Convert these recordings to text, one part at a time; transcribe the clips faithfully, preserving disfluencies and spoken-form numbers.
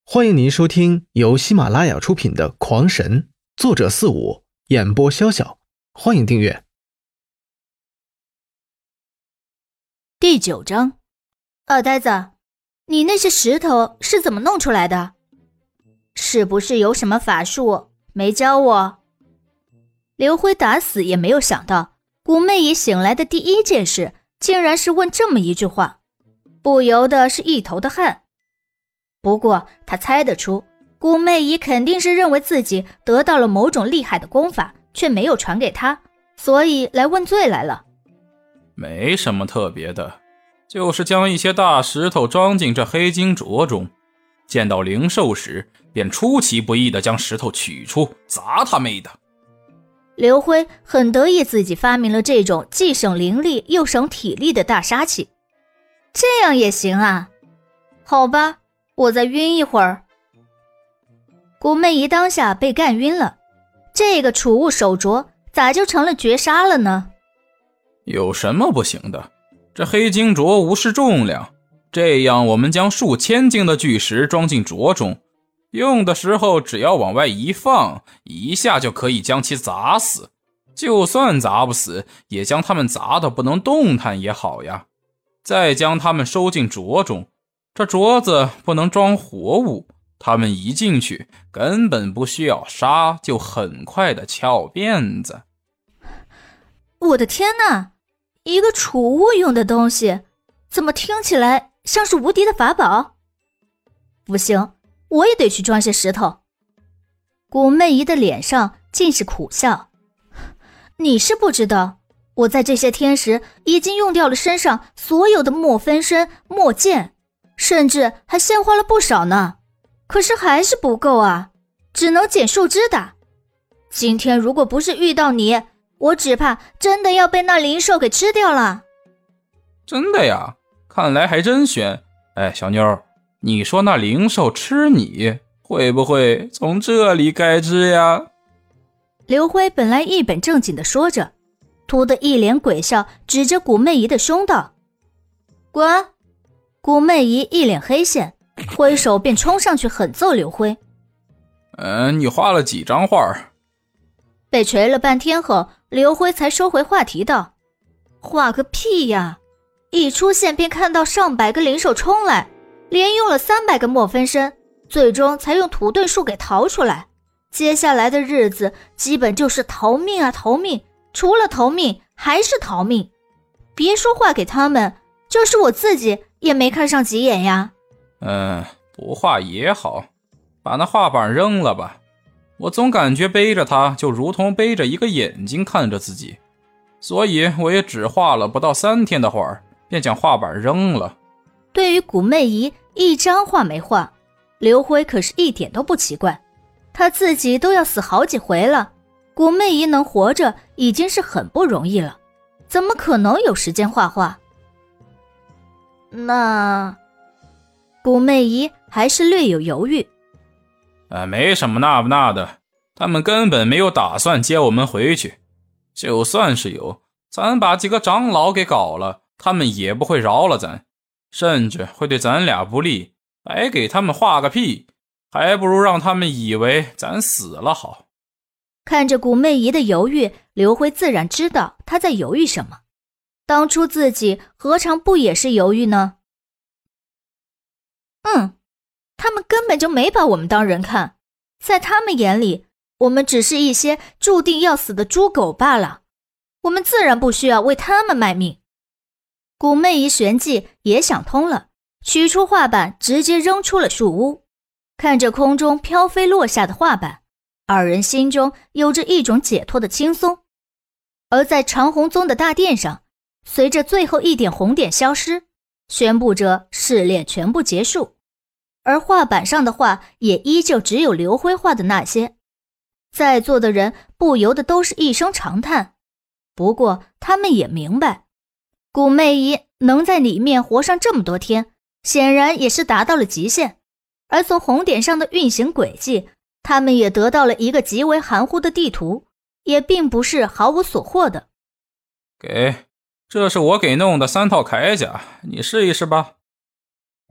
欢迎您收听由喜马拉雅出品的《狂神》，作者四五，演播潇潇。欢迎订阅。 第九章，二呆子，你那些石头是怎么弄出来的？是不是有什么法术没教我？刘辉打死也没有想到，古媚姨醒来的第一件事竟然是问这么一句话，不由得是一头的汗。不过他猜得出，古媚姨肯定是认为自己得到了某种厉害的功法，却没有传给他，所以来问罪来了。 没什么特别的，就是将一些大石头装进这黑金镯中，见到灵兽时便出其不意地将石头取出，砸他妹的。 刘辉很得意自己发明了这种既省灵力又省体力的大杀器。这样也行啊？好吧，我再晕一会儿。古媚姨当下被干晕了，这个储物手镯咋就成了绝杀了呢？ 有什么不行的？这黑金镯无视重量，这样我们将数千斤的巨石装进镯中，用的时候只要往外一放，一下就可以将其砸死。就算砸不死，也将它们砸得不能动弹也好呀。再将它们收进镯中，这镯子不能装活物，它们一进去根本不需要杀，就很快的翘辫子。 我的天哪，一个储物用的东西，怎么听起来像是无敌的法宝？不行，我也得去装些石头。古媚姨的脸上尽是苦笑。你是不知道，我在这些天时已经用掉了身上所有的墨分身、墨剑，甚至还献花了不少呢，可是还是不够啊，只能捡树枝的。今天如果不是遇到你，我只怕真的要被那灵兽给吃掉了。 真的呀？看来还真悬。哎，小妞，你说那灵兽吃你，会不会从这里开支呀？ 刘辉本来一本正经地说着，突的一脸鬼笑，指着古媚姨的胸道：滚！古媚姨一脸黑线，挥手便冲上去狠揍刘辉。 嗯，你画了几张画？ 被捶了半天后，刘辉才收回话题道：画个屁呀！一出现便看到上百个灵兽冲来，连用了三百个墨分身，最终才用土遁术给逃出来。接下来的日子基本就是逃命啊逃命，除了逃命还是逃命。别说画给他们，就是我自己也没看上几眼呀。 嗯，不画也好，把那画板扔了吧。我总感觉背着它就如同背着一个眼睛看着自己，所以我也只画了不到三天的画，便将画板扔了。 对于古媚姨一张画没画，刘辉可是一点都不奇怪，他自己都要死好几回了，古媚姨能活着已经是很不容易了，怎么可能有时间画画？那古媚姨还是略有犹豫。 呃，没什么那不那的，他们根本没有打算接我们回去。就算是有，咱把几个长老给搞了，他们也不会饶了咱，甚至会对咱俩不利，白给他们画个屁，还不如让他们以为咱死了好。 看着古媚姨的犹豫，刘辉自然知道她在犹豫什么。当初自己何尝不也是犹豫呢？嗯，他们根本就没把我们当人看，在他们眼里，我们只是一些注定要死的猪狗罢了，我们自然不需要为他们卖命。古媚姨旋即也想通了，取出画板直接扔出了树屋。看着空中飘飞落下的画板，二人心中有着一种解脱的轻松。而在长虹宗的大殿上，随着最后一点红点消失，宣布着试炼全部结束，而画板上的画也依旧只有刘辉画的那些。在座的人不由得都是一声长叹，不过他们也明白，古媚姨能在里面活上这么多天，显然也是达到了极限，而从红点上的运行轨迹，他们也得到了一个极为含糊的地图，也并不是毫无所获的。 给，这是我给弄的三套铠甲，你试一试吧。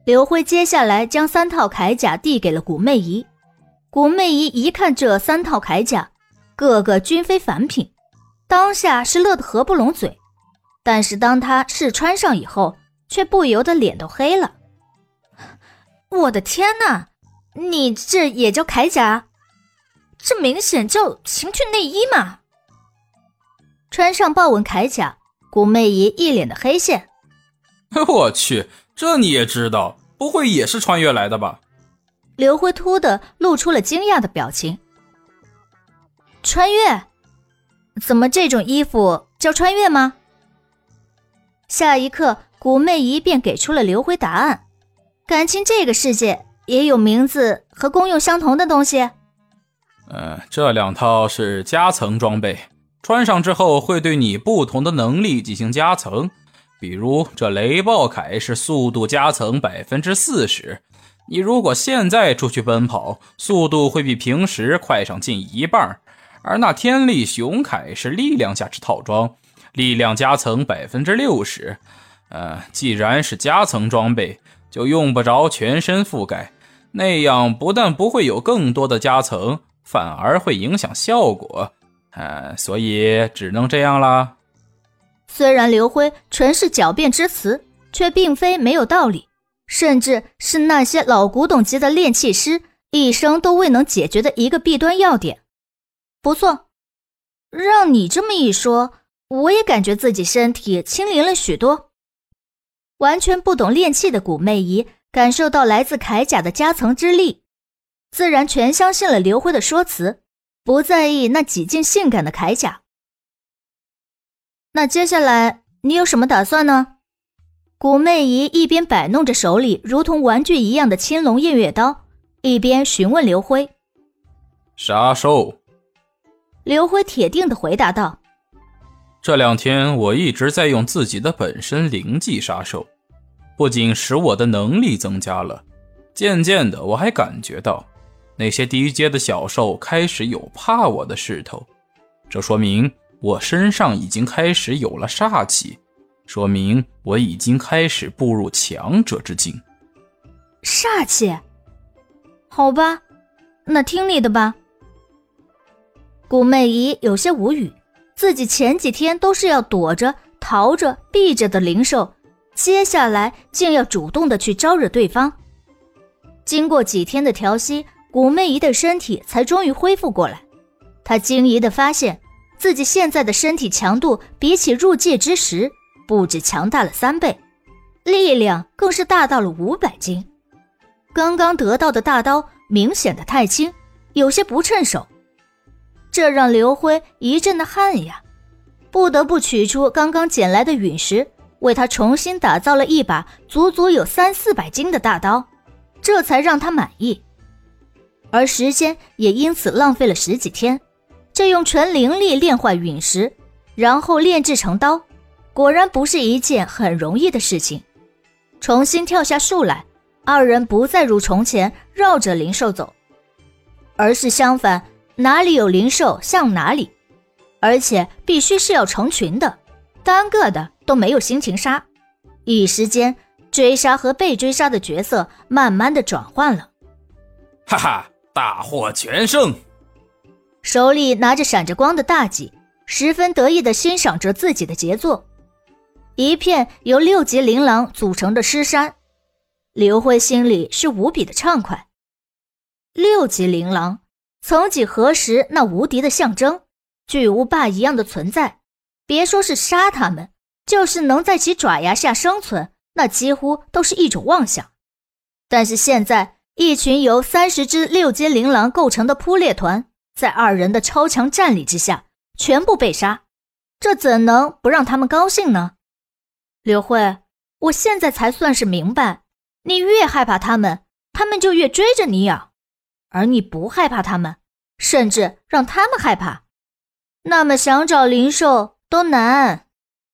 刘辉接下来将三套铠甲递给了古媚仪。古媚仪一看这三套铠甲，个个均非凡品，当下是乐得合不拢嘴，但是当他试穿上以后，却不由得脸都黑了。我的天哪，你这也叫铠甲？这明显叫情趣内衣嘛！穿上豹纹铠甲，古媚仪一脸的黑线。 我去，这你也知道？不会也是穿越来的吧？ 刘辉突的露出了惊讶的表情。穿越？怎么这种衣服叫穿越吗？下一刻，古媚仪便给出了刘辉答案。感情这个世界也有名字和功用相同的东西？ 呃，这两套是加层装备，穿上之后会对你不同的能力进行加成。比如这雷暴铠是速度加成 百分之四十， 你如果现在出去奔跑，速度会比平时快上近一半。而那天力雄铠是力量价值套装，力量加成 百分之六十。 呃，既然是加层装备，就用不着全身覆盖，那样不但不会有更多的加成，反而会影响效果。呃，所以只能这样啦。 虽然刘辉纯是狡辩之词，却并非没有道理，甚至是那些老古董级的炼器师一生都未能解决的一个弊端要点。不错，让你这么一说，我也感觉自己身体轻灵了许多。完全不懂炼器的古媚仪感受到来自铠甲的加层之力，自然全相信了刘辉的说辞，不在意那几件性感的铠甲。那接下来你有什么打算呢？古媚仪一边摆弄着手里如同玩具一样的青龙偃月刀，一边询问刘辉。 杀兽。 刘辉铁定地回答道。 这两天我一直在用自己的本身灵技杀兽，不仅使我的能力增加了，渐渐的我还感觉到那些低阶的小兽开始有怕我的势头，这说明我身上已经开始有了煞气，说明我已经开始步入强者之境。 煞气？好吧，那听你的吧。古媚仪有些无语，自己前几天都是要躲着、逃着、避着的灵兽，接下来竟要主动的去招惹对方。经过几天的调息，古媚仪的身体才终于恢复过来。她惊疑地发现，自己现在的身体强度比起入界之时，不止强大了三倍，力量更是大到了五百斤。刚刚得到的大刀明显的太轻，有些不趁手，这让刘辉一阵的汗呀，不得不取出刚刚捡来的陨石，为他重新打造了一把足足有三四百斤的大刀，这才让他满意。而时间也因此浪费了十几天，这用纯灵力炼化陨石，然后炼制成刀，果然不是一件很容易的事情。重新跳下树来，二人不再如从前绕着灵兽走，而是相反，哪里有灵兽向哪里，而且必须是要成群的，单个的都没有心情杀。一时间，追杀和被追杀的角色慢慢的转换了。 哈哈，大获全胜！ 手里拿着闪着光的大戟，十分得意地欣赏着自己的杰作。一片由六级灵狼组成的尸山，刘辉心里是无比的畅快。六级灵狼，曾几何时那无敌的象征，巨无霸一样的存在，别说是杀他们，就是能在其爪牙下生存，那几乎都是一种妄想。但是现在，一群由三十只六阶灵狼构成的扑猎团，在二人的超强战力之下，全部被杀，这怎能不让他们高兴呢？刘辉，我现在才算是明白，你越害怕他们，他们就越追着你咬，而你不害怕他们，甚至让他们害怕，那么想找灵兽都难。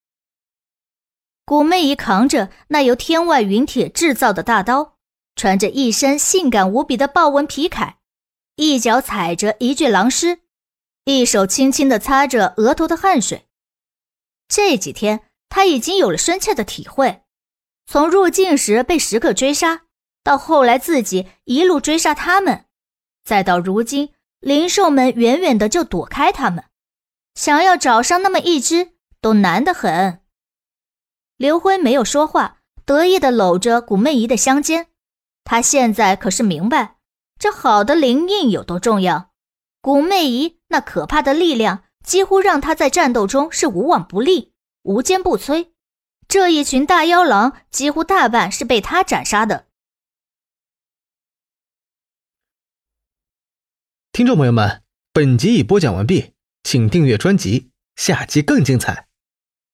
古媚仪扛着那由天外陨铁制造的大刀，穿着一身性感无比的豹纹皮铠，一脚踩着一具狼尸，一手轻轻地擦着额头的汗水。这几天他已经有了深切的体会， 从入境时被食客追杀，到后来自己一路追杀他们，再到如今灵兽们远远的就躲开他们，想要找上那么一只都难得很。刘辉没有说话，得意地搂着古媚仪的香肩。他现在可是明白这好的灵印有多重要。古媚仪那可怕的力量几乎让他在战斗中是无往不利，无坚不摧。这一群大妖狼几乎大半是被他斩杀的。 听众朋友们，本集已播讲完毕，请订阅专辑，下集更精彩。